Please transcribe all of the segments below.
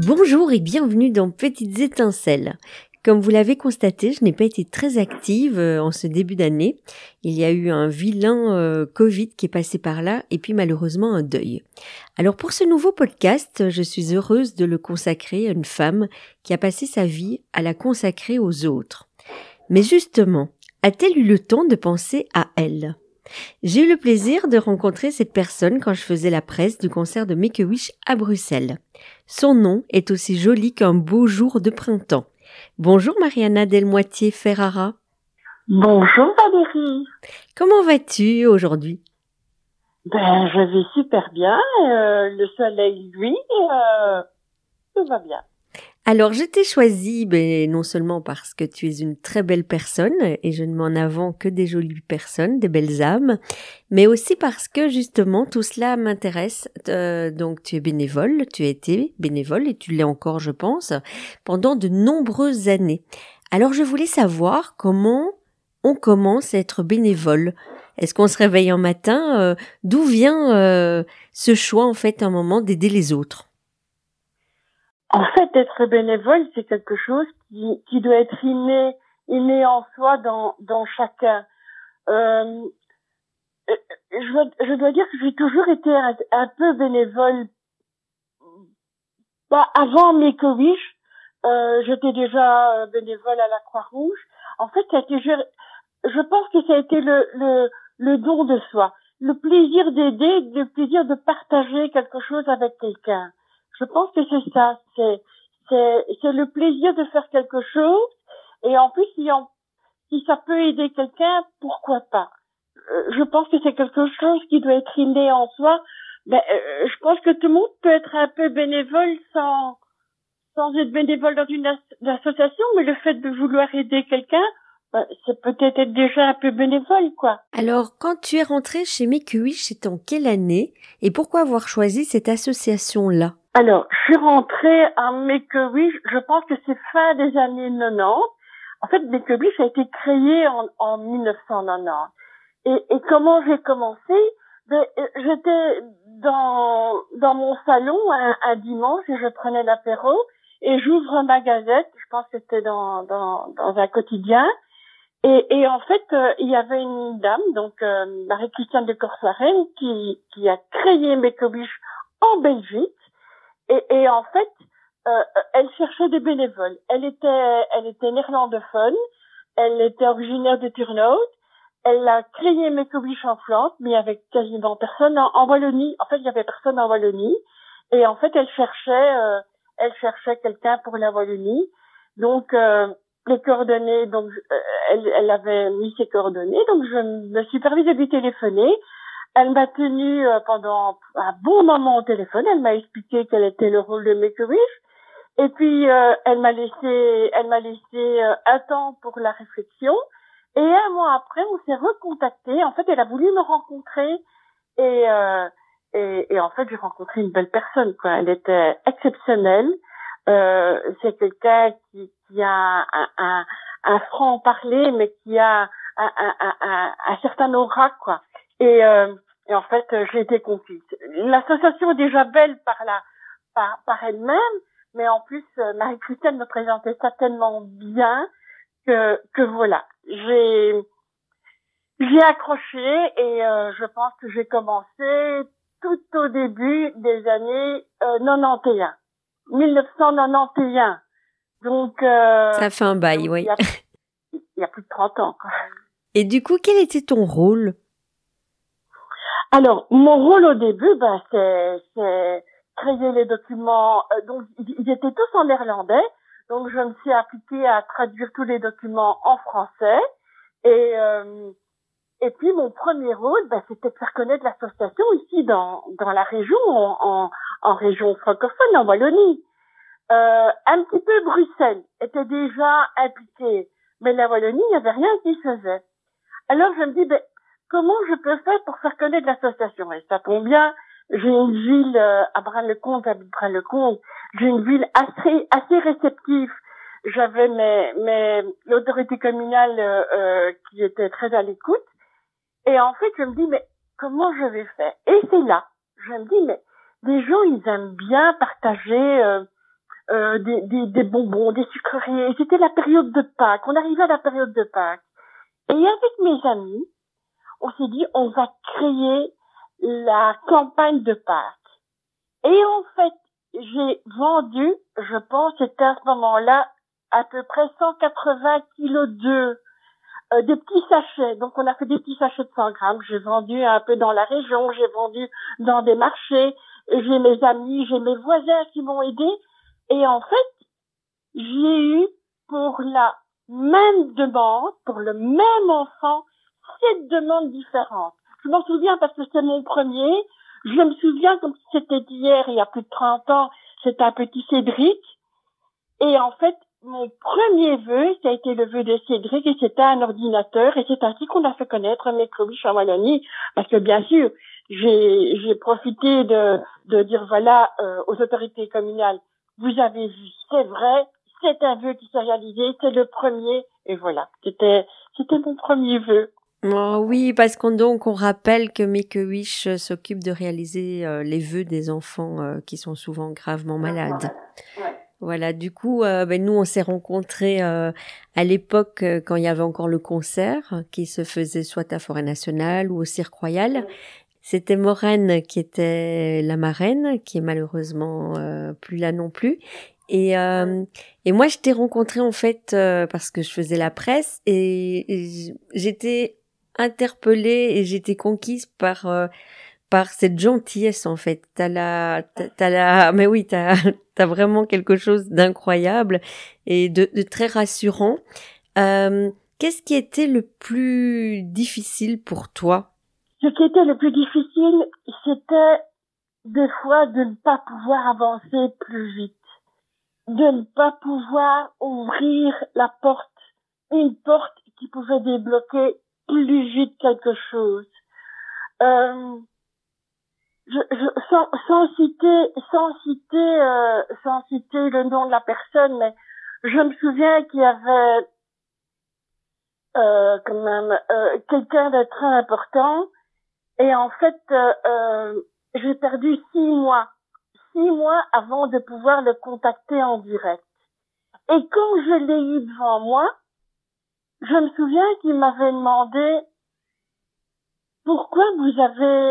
Bonjour et bienvenue dans Petites Étincelles. Comme vous l'avez constaté, je n'ai pas été très active en ce début d'année. Il y a eu un vilain Covid qui est passé par là et puis malheureusement un deuil. Alors pour ce nouveau podcast, je suis heureuse de le consacrer à une femme qui a passé sa vie à la consacrer aux autres. Mais justement, a-t-elle eu le temps de penser à elle ? J'ai eu le plaisir de rencontrer cette personne quand je faisais la presse du concert de Make-A-Wish à Bruxelles. Son nom est aussi joli qu'un beau jour de printemps. Bonjour Mariana Delmoitier Ferrara. Bonjour Valérie. Comment vas-tu aujourd'hui ? Je vais super bien. Le soleil, lui, tout va bien. Alors, je t'ai choisie, non seulement parce que tu es une très belle personne, et je ne m'en avance que des jolies personnes, des belles âmes, mais aussi parce que, justement, tout cela m'intéresse. Donc, tu es bénévole, tu as été bénévole, et tu l'es encore, je pense, pendant de nombreuses années. Alors, je voulais savoir comment on commence à être bénévole. Est-ce qu'on se réveille un matin ? D'où vient ce choix, en fait, à un moment, d'aider les autres ? En fait, être bénévole, c'est quelque chose qui doit être inné en soi dans chacun. Je dois dire que j'ai toujours été un peu bénévole. Avant Make-A-Wish, j'étais déjà bénévole à la Croix-Rouge. En fait, je pense que ça a été le don de soi, le plaisir d'aider, le plaisir de partager quelque chose avec quelqu'un. Je pense que c'est ça, c'est le plaisir de faire quelque chose, et en plus si ça peut aider quelqu'un, pourquoi pas. Je pense que c'est quelque chose qui doit être inné en soi. Je pense que tout le monde peut être un peu bénévole sans être bénévole dans une association, mais le fait de vouloir aider quelqu'un, c'est peut-être être déjà un peu bénévole, quoi. Alors, quand tu es rentrée chez Make-A-Wish, c'était en quelle année et pourquoi avoir choisi cette association-là ? Alors, je suis rentrée à Make-A-Wish, je pense que c'est fin des années 90. En fait, Make-A-Wish a été créé en 1990. Et comment j'ai commencé ? J'étais dans mon salon un dimanche et je prenais l'apéro et j'ouvre ma gazette, je pense que c'était dans un quotidien. Et en fait, il y avait une dame, donc Marie-Christiane de Corsoirel, qui a créé Make-A-Wish en Belgique. Et en fait, elle cherchait des bénévoles. Elle était néerlandophone, elle était originaire de Turnhout. Elle a créé Make-A-Wish en Flandre, mais avec quasiment personne en Wallonie. En fait, il y avait personne en Wallonie. Et en fait, elle cherchait quelqu'un pour la Wallonie. Donc, les coordonnées, donc, elle avait mis ses coordonnées. Donc, je me suis permis de lui téléphoner. Elle m'a tenu pendant un bon moment au téléphone. Elle m'a expliqué quel était le rôle de Make-A-Wish. Et puis, elle m'a laissé un temps pour la réflexion. Et un mois après, on s'est recontacté. En fait, elle a voulu me rencontrer. Et en fait, j'ai rencontré une belle personne, quoi. Elle était exceptionnelle. C'est quelqu'un qui a un franc-parler, mais qui a un certain aura, quoi. Et en fait, j'ai été conquise. L'association est déjà belle par elle-même, mais en plus, Marie-Christine me présentait ça tellement bien que voilà. J'ai accroché et je pense que j'ai commencé tout au début des années 91. 1991. Donc ça fait un bail, oui. Il y a plus de 30 ans, quoi. Et du coup, quel était ton rôle ? Alors, mon rôle au début, c'est créer les documents. Donc, ils étaient tous en néerlandais. Donc, je me suis appliquée à traduire tous les documents en français. Et puis, mon premier rôle, c'était de faire connaître l'association ici dans la région, en région francophone, en Wallonie. Un petit peu Bruxelles était déjà impliquée, mais la Wallonie, il n'y avait rien qui se faisait. Alors, je me dis, comment je peux faire pour faire connaître l'association ? Et ça tombe bien, j'ai une ville à Braine-le-Comte, j'habite Braine-le-Comte, j'ai une ville assez réceptive. J'avais l'autorité communale qui était très à l'écoute. Et en fait, je me dis, mais comment je vais faire ? Et c'est là, je me dis, mais les gens, ils aiment bien partager des bonbons, des sucreries. C'était la période de Pâques. On arrivait à la période de Pâques. Et avec mes amis, on s'est dit, on va créer la campagne de Pâques. Et en fait, j'ai vendu, je pense, c'était à ce moment-là, à peu près 180 kilos d'œufs, des petits sachets. Donc, on a fait des petits sachets de 100 grammes. J'ai vendu un peu dans la région, j'ai vendu dans des marchés. J'ai mes amis, j'ai mes voisins qui m'ont aidé. Et en fait, j'ai eu pour la même demande, pour le même enfant, 7 demandes différentes. Je m'en souviens parce que c'était mon premier. Je me souviens comme si c'était hier, il y a plus de 30 ans, c'était un petit Cédric. Et en fait, mon premier vœu, ça a été le vœu de Cédric et c'était un ordinateur. Et c'est ainsi qu'on a fait connaître Make-A-Wish en Wallonie. Parce que bien sûr, j'ai profité de dire voilà aux autorités communales, vous avez vu, c'est vrai, c'est un vœu qui s'est réalisé, c'est le premier. Et voilà, c'était mon premier vœu. Oh oui, parce qu'on rappelle que Make-A-Wish s'occupe de réaliser les vœux des enfants qui sont souvent gravement malades. Ouais. Voilà, du coup, nous, on s'est rencontrés à l'époque quand il y avait encore le concert qui se faisait soit à Forêt Nationale ou au Cirque Royal. C'était Maureen qui était la marraine, qui est malheureusement plus là non plus. Et moi, je t'ai rencontrée en fait parce que je faisais la presse et j'étais interpellée et j'étais conquise par cette gentillesse en fait. Mais oui, t'as vraiment quelque chose d'incroyable et de très rassurant. Qu'est-ce qui était le plus difficile pour toi? Ce qui était le plus difficile, c'était des fois de ne pas pouvoir avancer plus vite, de ne pas pouvoir ouvrir la porte, une porte qui pouvait débloquer plus vite quelque chose. Sans citer le nom de la personne, mais je me souviens qu'il y avait quand même quelqu'un de très important. Et en fait, j'ai perdu 6 mois avant de pouvoir le contacter en direct. Et quand je l'ai eu devant moi, je me souviens qu'il m'avait demandé pourquoi vous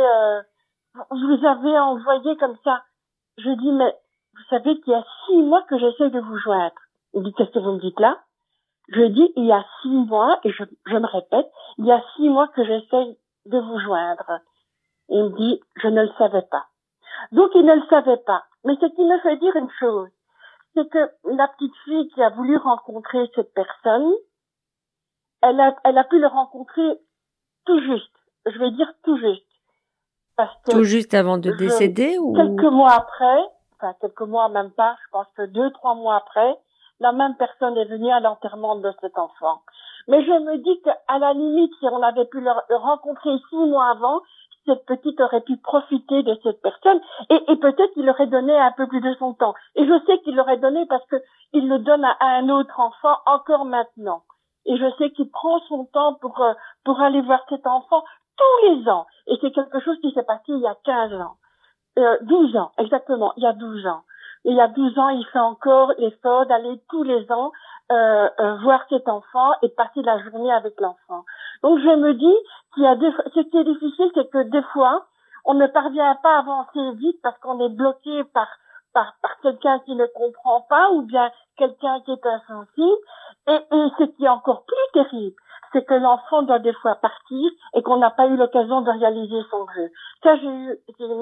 avez envoyé comme ça. Je dis, mais vous savez qu'il y a 6 mois que j'essaie de vous joindre. Il dit, qu'est-ce que vous me dites là? Je dis, il y a 6 mois, et je me répète, il y a 6 mois que j'essaie de vous joindre. Il me dit, je ne le savais pas. Donc, il ne le savait pas. Mais ce qui me fait dire une chose, c'est que la petite fille qui a voulu rencontrer cette personne, elle a pu le rencontrer tout juste. Je vais dire tout juste. Parce que tout juste avant de décéder ou quelques mois après, enfin quelques mois même pas, je pense que 2-3 mois après, la même personne est venue à l'enterrement de cet enfant. Mais je me dis qu'à la limite, si on avait pu le rencontrer 6 mois avant, cette petite aurait pu profiter de cette personne et peut-être qu'il aurait donné un peu plus de son temps. Et je sais qu'il l'aurait donné parce que il le donne à un autre enfant encore maintenant. Et je sais qu'il prend son temps pour aller voir cet enfant tous les ans. Et c'est quelque chose qui s'est passé il y a 15 ans. 12 ans, exactement, il y a 12 ans. Et il y a 12 ans, il fait encore l'effort d'aller tous les ans voir cet enfant et passer la journée avec l'enfant. Donc je me dis qu'il y a ce qui est difficile, c'est que des fois, on ne parvient pas à avancer vite parce qu'on est bloqué par quelqu'un qui ne comprend pas ou bien quelqu'un qui est insensible. Et ce qui est encore plus terrible, c'est que l'enfant doit des fois partir et qu'on n'a pas eu l'occasion de réaliser son vœu. Ça, j'ai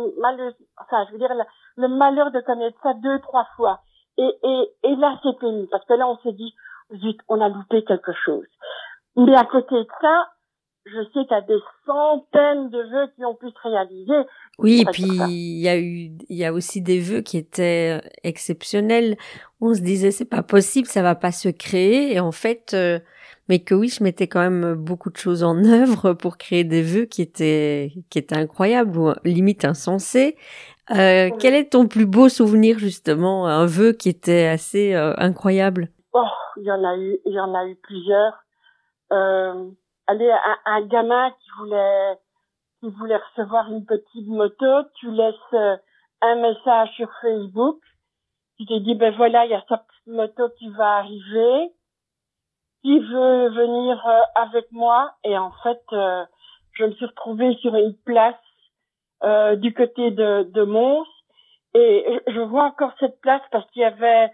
le malheur de connaître ça 2-3 fois. Et là, c'est pénible, parce que là, on s'est dit, zut, on a loupé quelque chose. Mais à côté de ça, je sais qu'il y a des centaines de vœux qui ont pu se réaliser. Oui, et puis il y a aussi des vœux qui étaient exceptionnels. On se disait c'est pas possible, ça va pas se créer. Et en fait, Make-A-Wish mettait quand même beaucoup de choses en œuvre pour créer des vœux qui étaient incroyables ou limite insensés. Quel est ton plus beau souvenir justement, un vœu qui était assez incroyable? Oh, il y en a eu plusieurs. Un gamin qui voulait recevoir une petite moto, tu laisses un message sur Facebook Tu t'es dit, ben voilà, il y a sa petite moto qui va arriver, qui veut venir avec moi. Et en fait, je me suis retrouvée sur une place du côté de Mons. Et je vois encore cette place parce qu'il y avait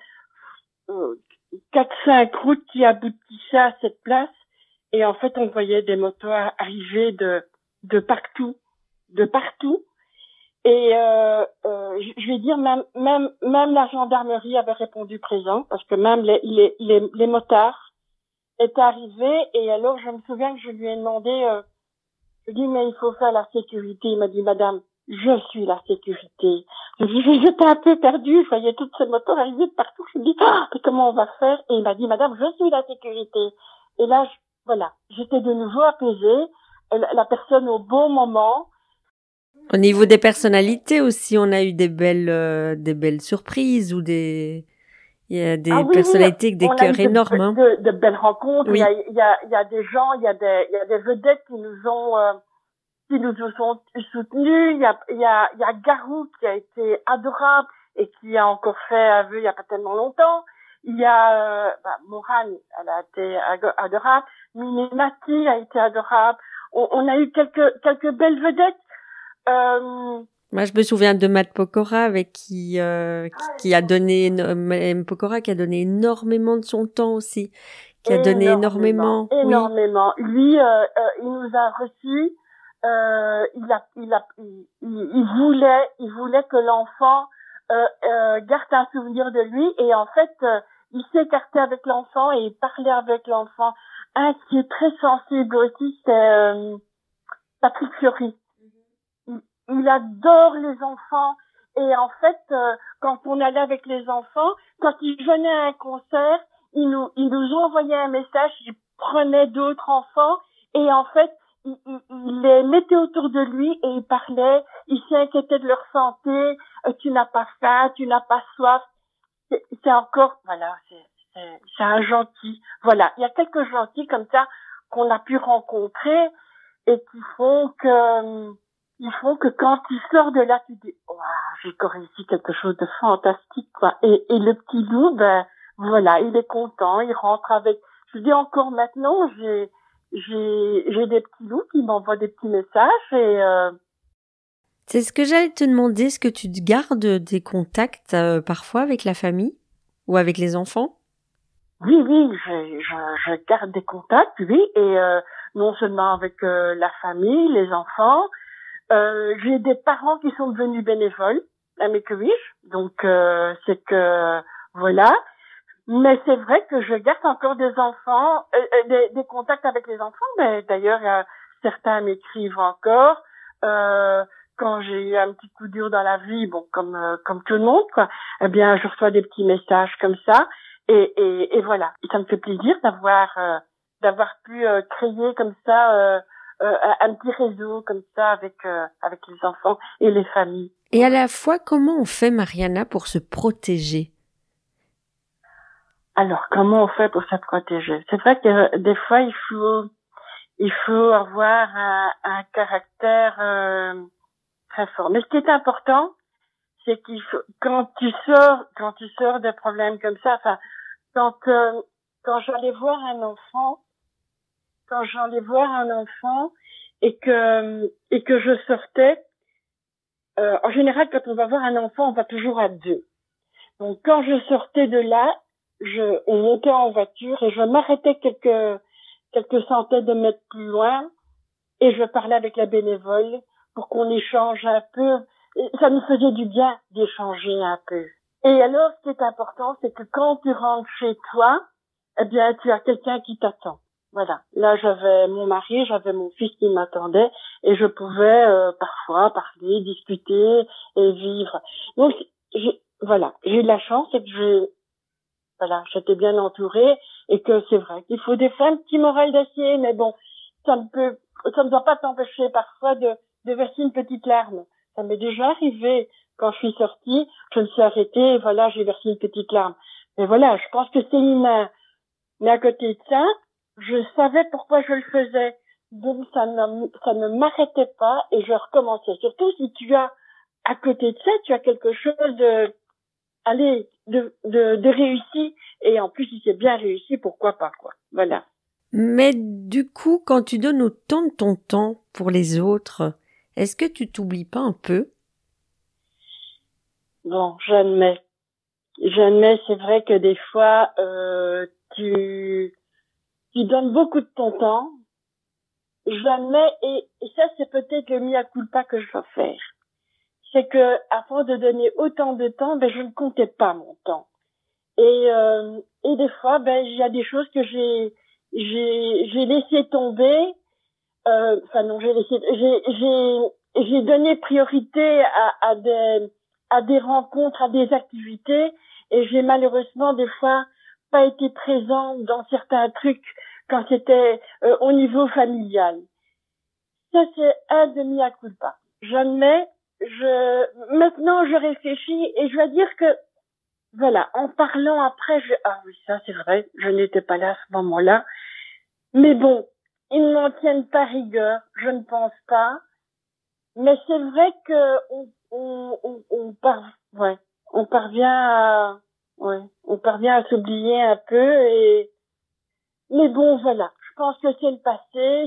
4-5 routes qui aboutissaient à cette place. Et en fait, on voyait des motos arriver de partout, de partout. Et je vais dire même la gendarmerie avait répondu présent parce que même les motards étaient arrivés. Et alors, je me souviens que je lui ai demandé, je lui ai dit, mais il faut faire la sécurité. Il m'a dit, madame, je suis la sécurité. J'étais un peu perdue, je voyais toutes ces motos arriver de partout. Je me dis, mais comment on va faire? Et il m'a dit, madame, je suis la sécurité. Et là, voilà, j'étais de nouveau apaisée, la personne au bon moment. Au niveau des personnalités aussi, on a eu des belles surprises ou il y a des Oui, personnalités avec des on a cœurs eu énormes. Hein. de belles rencontres. Oui. Il y a des gens, il y a des vedettes qui nous ont soutenus. Il y a Garou qui a été adorable et qui a encore fait aveu il y a pas tellement longtemps. Il y a Morane, elle a été adorable. Minimati a été adorable. On a eu quelques belles vedettes. Moi, je me souviens de Matt Pokora avec qui a donné M. Pokora qui a donné énormément de son temps aussi, qui a donné énormément. Énormément. Oui. Lui, il nous a reçus. Il voulait que l'enfant garde un souvenir de lui et en fait, il s'est écarté avec l'enfant et il parlait avec l'enfant. Un qui est très sensible aussi, c'est Patrick Fiori. Il adore les enfants et en fait, quand on allait avec les enfants, quand il venait à un concert, il nous envoyait un message, il prenait d'autres enfants et en fait, il les mettait autour de lui et il parlait, il s'inquiétait de leur santé, tu n'as pas faim, tu n'as pas soif. C'est encore, voilà, c'est un gentil. Voilà, il y a quelques gentils comme ça qu'on a pu rencontrer et qui font que quand tu sors de là, tu dis, waouh, j'ai encore réussi quelque chose de fantastique, quoi. Et le petit loup, ben, voilà, il est content, il rentre avec, je dis encore maintenant, j'ai des petits loups qui m'envoient des petits messages et, C'est ce que j'allais te demander, est-ce que tu gardes des contacts, parfois avec la famille ou avec les enfants? Oui, je garde des contacts, oui, et, non seulement avec, la famille, les enfants, j'ai des parents qui sont devenus bénévoles à Make-A-Wish, donc c'est que voilà. Mais c'est vrai que je garde encore des enfants, des contacts avec les enfants. Mais d'ailleurs, certains m'écrivent encore. Quand j'ai eu un petit coup dur dans la vie, bon, comme tout le monde, quoi. Eh bien, je reçois des petits messages comme ça, et voilà. Et ça me fait plaisir d'avoir pu créer comme ça. Un petit réseau comme ça avec les enfants et les familles. Et à la fois, comment on fait, Mariana, pour se protéger? Alors, comment on fait pour se protéger? C'est vrai que des fois, il faut avoir un caractère très fort. Mais ce qui est important, c'est qu'il faut quand tu sors de problèmes comme ça, enfin, quand j'allais voir un enfant et que je sortais, en général, quand on va voir un enfant, on va toujours à deux. Donc, quand je sortais de là, on montait en voiture et je m'arrêtais quelques centaines de mètres plus loin et je parlais avec la bénévole pour qu'on échange un peu. Et ça nous faisait du bien d'échanger un peu. Et alors, ce qui est important, c'est que quand tu rentres chez toi, eh bien, tu as quelqu'un qui t'attend. Voilà. Là, j'avais mon mari, j'avais mon fils qui m'attendait et je pouvais parfois parler, discuter et vivre. Donc, voilà, j'ai eu de la chance et que j'étais bien entourée et que c'est vrai qu'il faut des fois un petit moral d'acier, mais bon, ça ne doit pas t'empêcher parfois de verser une petite larme. Ça m'est déjà arrivé quand je suis sortie, je me suis arrêtée et voilà, j'ai versé une petite larme. Mais voilà, je pense que c'est humain. Mais à côté de ça, je savais pourquoi je le faisais. Donc ça ne m'arrêtait pas et je recommençais. Surtout si tu as, à côté de ça, tu as quelque chose de de réussi. Et en plus, si c'est bien réussi, pourquoi pas, quoi. Voilà. Mais du coup, quand tu donnes autant de ton temps pour les autres, est-ce que tu t'oublies pas un peu? Bon, j'admets. C'est vrai que des fois, tu donnes beaucoup de ton temps. J'admets, et ça, c'est peut-être le mea culpa que je dois faire. C'est que, avant de donner autant de temps, je ne comptais pas mon temps. Et des fois, il y a des choses que j'ai laissé tomber. J'ai donné priorité à des rencontres, à des activités, et j'ai malheureusement des fois pas été présente dans certains trucs quand c'était au niveau familial. Ça, c'est un de mea culpa. J'admets, maintenant je réfléchis et je dois dire que, voilà, en parlant après, ah oui, ça c'est vrai, je n'étais pas là à ce moment-là. Mais bon, ils ne m'en tiennent pas rigueur, je ne pense pas. Mais c'est vrai que on parvient à s'oublier un peu mais bon, voilà. Je pense que c'est le passé,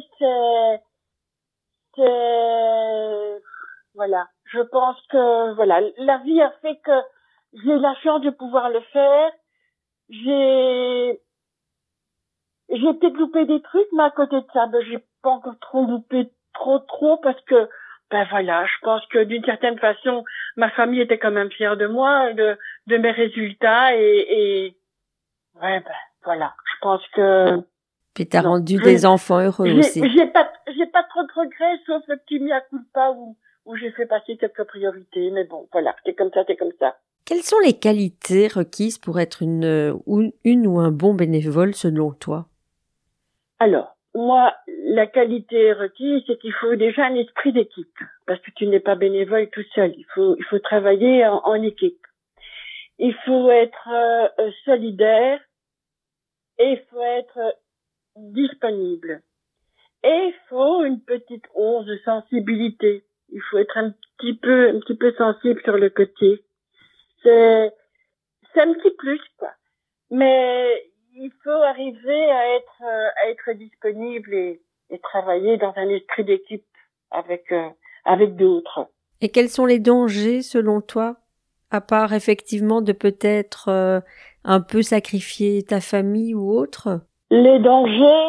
voilà. Je pense que, voilà, la vie a fait que j'ai la chance de pouvoir le faire. J'ai peut-être loupé des trucs, mais à côté de ça, j'ai pas encore trop loupé trop parce que, voilà, je pense que d'une certaine façon, ma famille était quand même fière de moi, de mes résultats et voilà. Je pense que, Puis t'as rendu des enfants heureux aussi. J'ai pas trop de regrets, sauf le petit mea culpa où j'ai fait passer quelques priorités, mais bon, voilà, c'est comme ça. Quelles sont les qualités requises pour être une ou un bon bénévole selon toi? Alors, moi, la qualité requise, c'est qu'il faut déjà un esprit d'équipe, parce que tu n'es pas bénévole tout seul. Il faut travailler en équipe. Il faut être solidaire et il faut être disponible. Et il faut une petite once de sensibilité. Il faut être un petit peu sensible sur le côté. C'est un petit plus, quoi. Mais il faut arriver à être disponible et travailler dans un esprit d'équipe avec d'autres. Et quels sont les dangers selon toi, à part effectivement de peut-être un peu sacrifier ta famille ou autre? Les dangers,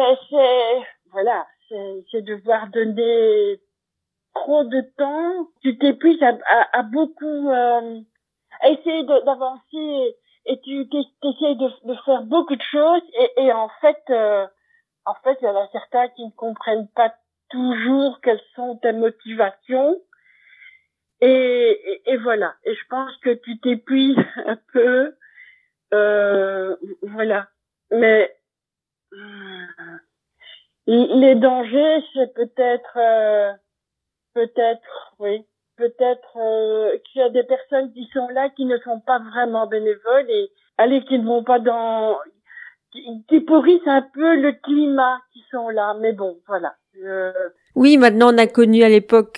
c'est devoir donner trop de temps. Tu t'épuises à beaucoup à essayer d'avancer et tu t'essayes de faire beaucoup de choses et en fait il y en a certains qui ne comprennent pas toujours quelles sont tes motivations et voilà. Et je pense que tu t'épuises un peu, voilà. Mais les dangers, c'est peut-être qu'il y a des personnes qui sont là qui ne sont pas vraiment bénévoles et qui ne vont pas qui pourrissent un peu le climat qui sont là. Mais bon, voilà. Oui, maintenant on a connu à l'époque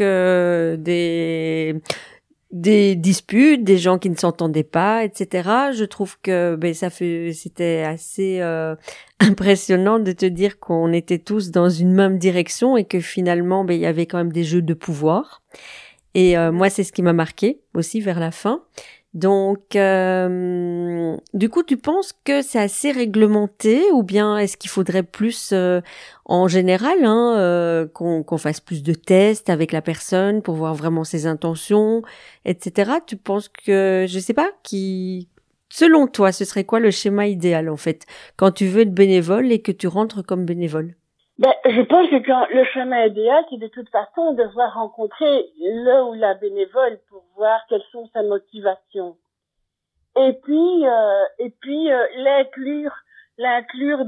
des disputes, des gens qui ne s'entendaient pas, etc. Je trouve que c'était assez impressionnant de te dire qu'on était tous dans une même direction et que finalement il y avait quand même des jeux de pouvoir. Et moi c'est ce qui m'a marqué aussi vers la fin. Donc du coup tu penses que c'est assez réglementé ou bien est-ce qu'il faudrait plus en général qu'on fasse plus de tests avec la personne pour voir vraiment ses intentions, etc. Tu penses que, je sais pas, selon toi, ce serait quoi le schéma idéal en fait, quand tu veux être bénévole et que tu rentres comme bénévole? Je pense que le schéma idéal, c'est de toute façon devoir rencontrer le ou la bénévole pour voir quelles sont ses motivations. Et puis l'inclure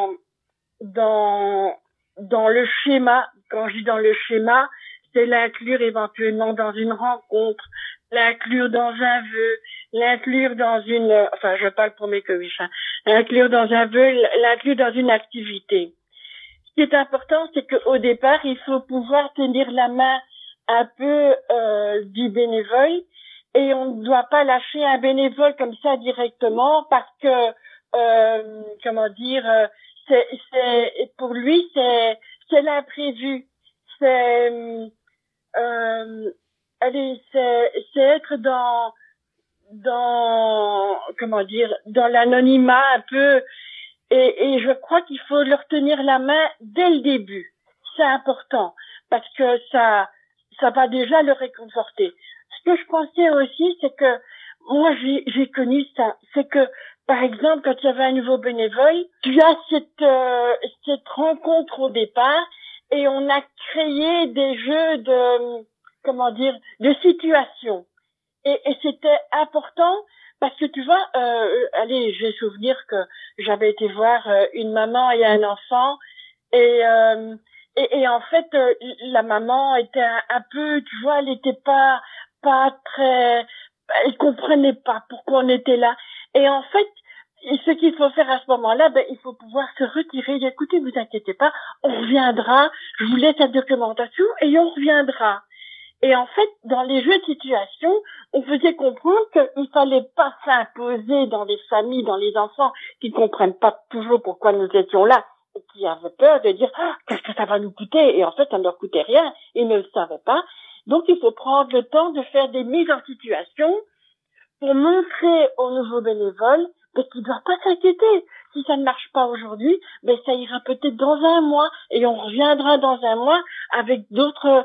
dans le schéma. Quand je dis dans le schéma, c'est l'inclure éventuellement dans une rencontre, l'inclure dans un vœu, l'inclure dans je parle pour mes cowiches, l'inclure dans un vœu, l'inclure dans une activité. Ce qui est important, c'est qu'au départ, il faut pouvoir tenir la main un peu du bénévole et on ne doit pas lâcher un bénévole comme ça directement parce que comment dire, c'est pour lui c'est l'imprévu, c'est allez, c'est être dans comment dire, dans l'anonymat un peu, et je crois qu'il faut leur tenir la main dès le début. C'est important parce que ça va déjà le réconforter. Ce que je pensais aussi, c'est que moi j'ai connu ça, c'est que par exemple quand il y avait un nouveau bénévole, tu as cette rencontre au départ et on a créé des jeux de comment dire, de situations. Et c'était important parce que tu vois, allez, j'ai souvenir que j'avais été voir une maman et un enfant et en fait la maman était un peu, tu vois, elle était pas très, elle comprenait pas pourquoi on était là. Et en fait, ce qu'il faut faire à ce moment-là, il faut pouvoir se retirer. Écoutez, vous inquiétez pas, on reviendra. Je vous laisse la documentation et on reviendra. Et en fait, dans les jeux de situation, on faisait comprendre qu'il fallait pas s'imposer dans les familles, dans les enfants qui comprennent pas toujours pourquoi nous étions là et qui avaient peur de dire qu'est-ce que ça va nous coûter, et en fait ça ne leur coûtait rien, ils ne le savaient pas. Donc il faut prendre le temps de faire des mises en situation pour montrer aux nouveaux bénévoles qu'ils ne doivent pas s'inquiéter. Si ça ne marche pas aujourd'hui, ça ira peut-être dans un mois et on reviendra dans un mois avec d'autres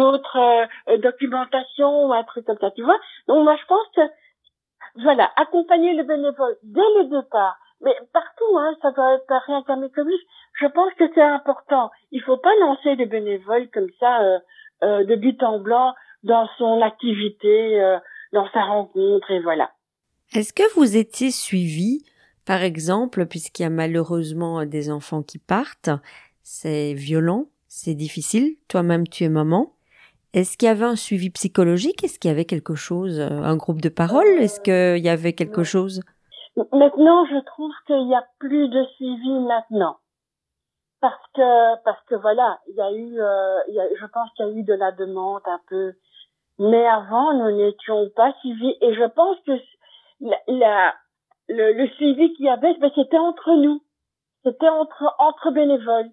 documentations ou un truc comme ça, tu vois. Donc moi je pense que voilà, accompagner le bénévole dès le départ, mais partout, ça doit être rien qu'à Mécobus. Je pense que c'est important. Il faut pas lancer le bénévole comme ça de but en blanc dans son activité, dans sa rencontre, et voilà. Est-ce que vous étiez suivi, par exemple, puisqu'il y a malheureusement des enfants qui partent, c'est violent, c'est difficile, toi-même tu es maman. Est-ce qu'il y avait un suivi psychologique? Est-ce qu'il y avait quelque chose, un groupe de parole? Est-ce qu'il y avait quelque chose? Maintenant, je trouve qu'il y a plus de suivi maintenant. Parce que voilà, il y a eu, je pense qu'il y a eu de la demande un peu. Mais avant, nous n'étions pas suivis. Et je pense que le suivi qu'il y avait, c'était entre nous. C'était entre bénévoles.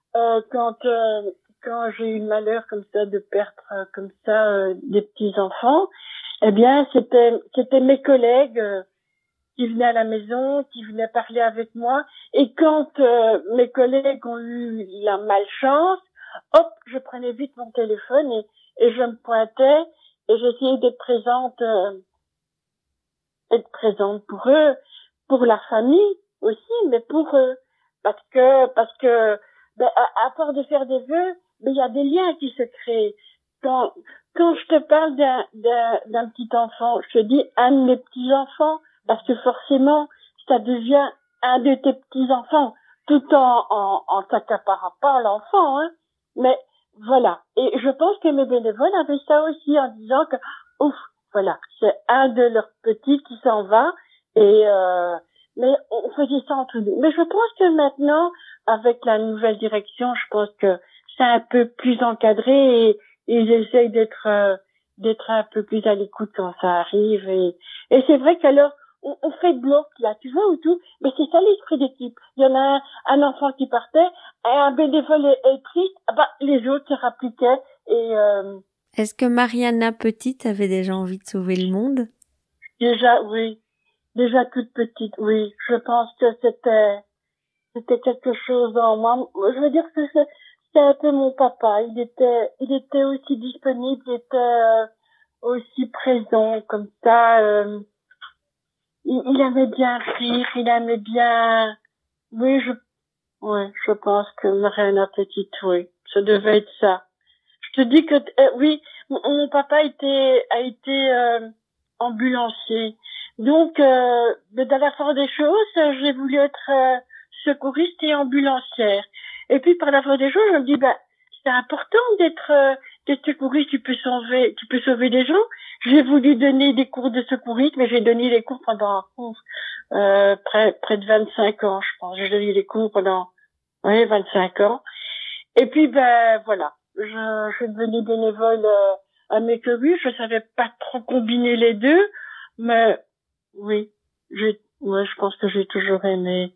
Quand j'ai eu le malheur comme ça de perdre comme ça des petits enfants, eh bien c'était mes collègues qui venaient à la maison, qui venaient parler avec moi. Et quand mes collègues ont eu la malchance, hop, je prenais vite mon téléphone et je me pointais et j'essayais d'être présente pour eux, pour la famille aussi, mais pour eux, parce que à part de faire des vœux, il y a des liens qui se créent. Quand je te parle d'un petit enfant, je te dis un de mes petits enfants, parce que forcément, ça devient un de tes petits enfants, tout en t'accaparant pas l'enfant, mais voilà. Et je pense que mes bénévoles avaient ça aussi en disant que, ouf, voilà, c'est un de leurs petits qui s'en va, et mais on faisait ça entre nous. Mais je pense que maintenant, avec la nouvelle direction, je pense que c'est un peu plus encadré et ils essayent d'être un peu plus à l'écoute quand ça arrive, et c'est vrai qu'alors on fait bloc là, tu vois, ou tout, mais c'est ça l'esprit d'équipe. Il y en a un enfant qui partait, et un bénévole est triste, les autres se rappliquaient et Est-ce que Mariana petite avait déjà envie de sauver le monde? déjà, oui. Déjà toute petite, oui. Je pense que c'était quelque chose en moi. Je veux dire que c'était un peu mon papa. Il était aussi disponible, il était aussi présent comme ça. Il aimait bien rire, il aimait bien. Oui, je pense que Mariana petite, oui, ça devait être ça. Je te dis que oui, mon papa a été ambulancier. Donc, dans la force des choses, j'ai voulu être secouriste et ambulancière. Et puis, par la force des choses, je me dis, c'est important d'être secouriste, tu peux sauver des gens. J'ai voulu donner des cours de secourisme, mais j'ai donné des cours pendant près de 25 ans, je pense. J'ai donné des cours pendant 25 ans. Et puis, voilà. Je suis devenue bénévole Mais que oui, je savais pas trop combiner les deux, mais oui, je pense que j'ai toujours aimé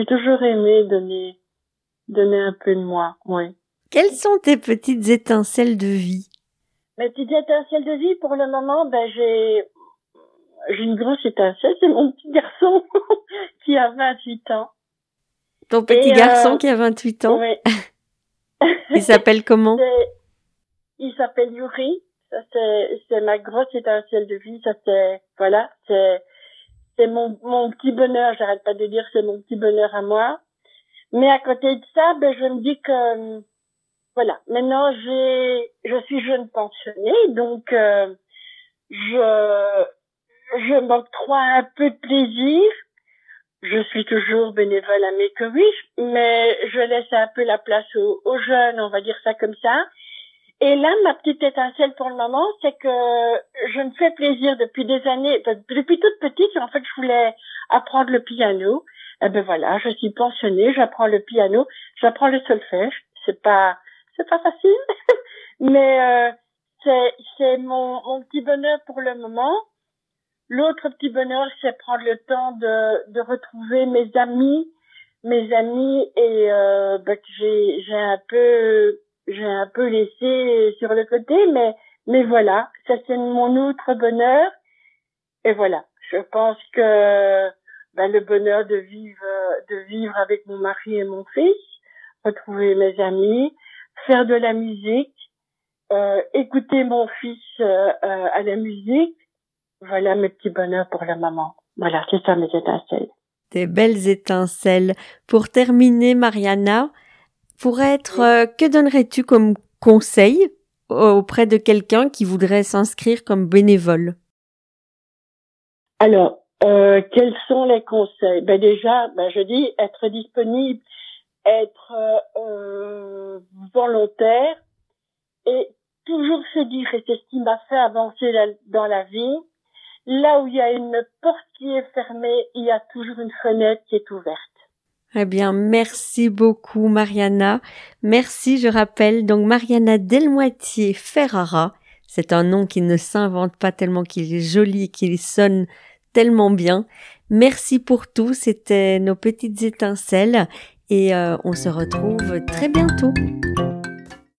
donner un peu de moi, oui. Quelles sont tes petites étincelles de vie? Mes petites étincelles de vie, pour le moment, j'ai une grosse étincelle, c'est mon petit garçon qui a 28 ans. Ton petit garçon qui a 28 ans? Oui. Il s'appelle comment? Il s'appelle Yuri. Ça, c'est ma grosse étincelle de vie. Ça, c'est mon petit bonheur. J'arrête pas de dire c'est mon petit bonheur à moi. Mais à côté de ça, je me dis que, voilà. Maintenant, je suis jeune pensionnée, donc, je m'octroie un peu de plaisir. Je suis toujours bénévole à Make-A-Wish, mais je laisse un peu la place aux jeunes, on va dire ça comme ça. Et là, ma petite étincelle pour le moment, c'est que je me fais plaisir depuis des années. Depuis toute petite, en fait, je voulais apprendre le piano. Eh ben voilà, je suis pensionnée, j'apprends le piano, j'apprends le solfège. C'est pas facile, mais c'est mon petit bonheur pour le moment. L'autre petit bonheur, c'est prendre le temps de retrouver mes amis et que j'ai un peu laissé sur le côté, mais voilà, ça c'est mon autre bonheur. Et voilà, je pense que le bonheur de vivre avec mon mari et mon fils, retrouver mes amis, faire de la musique, écouter mon fils à la musique. Voilà mes petits bonheurs pour le moment. Voilà, c'est ça mes étincelles. Des belles étincelles. Pour terminer, Mariana, que donnerais-tu comme conseil auprès de quelqu'un qui voudrait s'inscrire comme bénévole? Alors, quels sont les conseils? Déjà, je dis être disponible, être volontaire et toujours se dire, et c'est ce qui m'a fait avancer dans la vie, là où il y a une porte qui est fermée, il y a toujours une fenêtre qui est ouverte. Eh bien, merci beaucoup, Mariana. Merci, je rappelle, donc Mariana Delmoitier Ferrara. C'est un nom qui ne s'invente pas tellement qu'il est joli, qu'il sonne tellement bien. Merci pour tout, c'était nos petites étincelles et on se retrouve très bientôt.